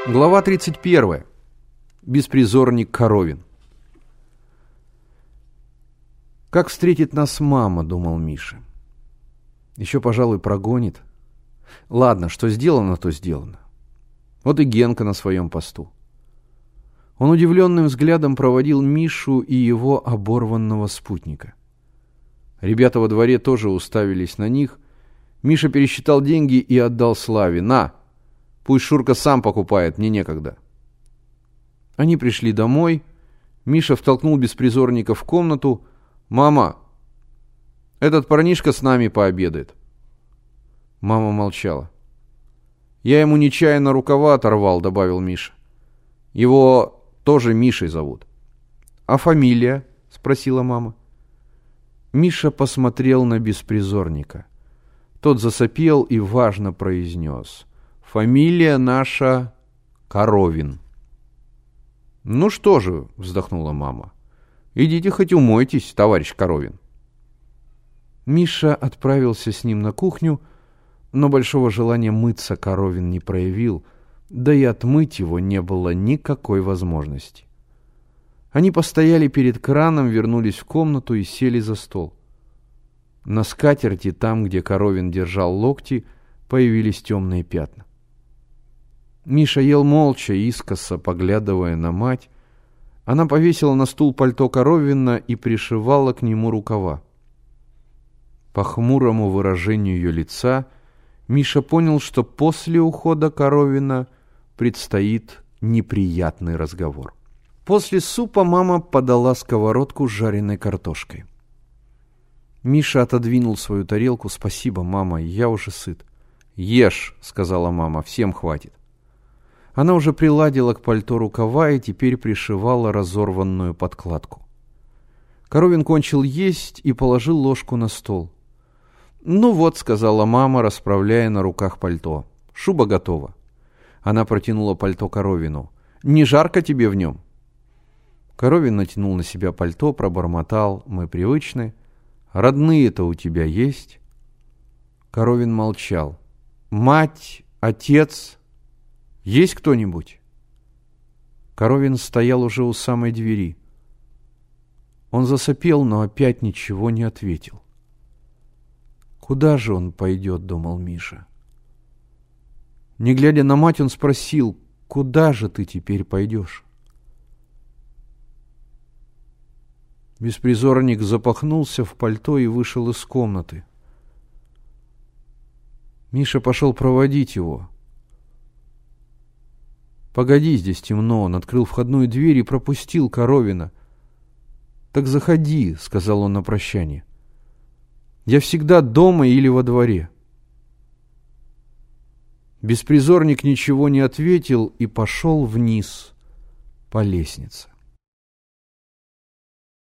Глава 31. Беспризорник Коровин. «Как встретит нас мама?» — думал Миша. «Еще, пожалуй, прогонит. Ладно, что сделано, то сделано. Вот и Генка на своем посту». Он удивленным взглядом проводил Мишу и его оборванного спутника. Ребята во дворе тоже уставились на них. Миша пересчитал деньги и отдал Славе. «На! Пусть Шурка сам покупает, мне некогда». Они пришли домой. Миша втолкнул беспризорника в комнату. «Мама, этот парнишка с нами пообедает». Мама молчала. «Я ему нечаянно рукава оторвал», — добавил Миша. «Его тоже Мишей зовут». «А фамилия?» — спросила мама. Миша посмотрел на беспризорника. Тот засопел и важно произнес: «Фамилия наша Коровин». «Ну что же», — вздохнула мама, — «идите хоть умойтесь, товарищ Коровин». Миша отправился с ним на кухню, но большого желания мыться Коровин не проявил, да и отмыть его не было никакой возможности. Они постояли перед краном, вернулись в комнату и сели за стол. На скатерти, там, где Коровин держал локти, появились темные пятна. Миша ел молча, искоса поглядывая на мать. Она повесила на стул пальто Коровина и пришивала к нему рукава. По хмурому выражению ее лица Миша понял, что после ухода Коровина предстоит неприятный разговор. После супа мама подала сковородку с жареной картошкой. Миша отодвинул свою тарелку. «Спасибо, мама, я уже сыт». «Ешь», — сказала мама, — «всем хватит». Она уже приладила к пальто рукава и теперь пришивала разорванную подкладку. Коровин кончил есть и положил ложку на стол. «Ну вот», — сказала мама, расправляя на руках пальто, — «шуба готова». Она протянула пальто Коровину. «Не жарко тебе в нем?» Коровин натянул на себя пальто, пробормотал: «Мы привычны». «Родные-то у тебя есть?» Коровин молчал. «Мать, отец, есть кто-нибудь?» Коровин стоял уже у самой двери. Он засопел, но опять ничего не ответил. «Куда же он пойдет?» — думал Миша. Не глядя на мать, он спросил: «Куда же ты теперь пойдешь?» Беспризорник запахнулся в пальто и вышел из комнаты. Миша пошел проводить его. «Погоди, здесь темно». Он открыл входную дверь и пропустил Коровина. «Так заходи», — сказал он на прощание. «Я всегда дома или во дворе». Беспризорник ничего не ответил и пошел вниз по лестнице.